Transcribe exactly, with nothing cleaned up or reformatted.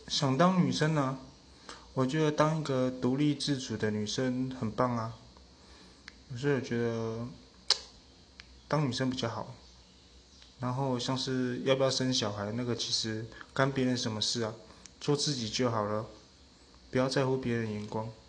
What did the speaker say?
想当女生呢、我觉得当一个独立自主的女生很棒啊，所以我觉得当女生比较好。然后像是要不要生小孩，那个其实干别人什么事啊？做自己就好了，不要在乎别人眼光。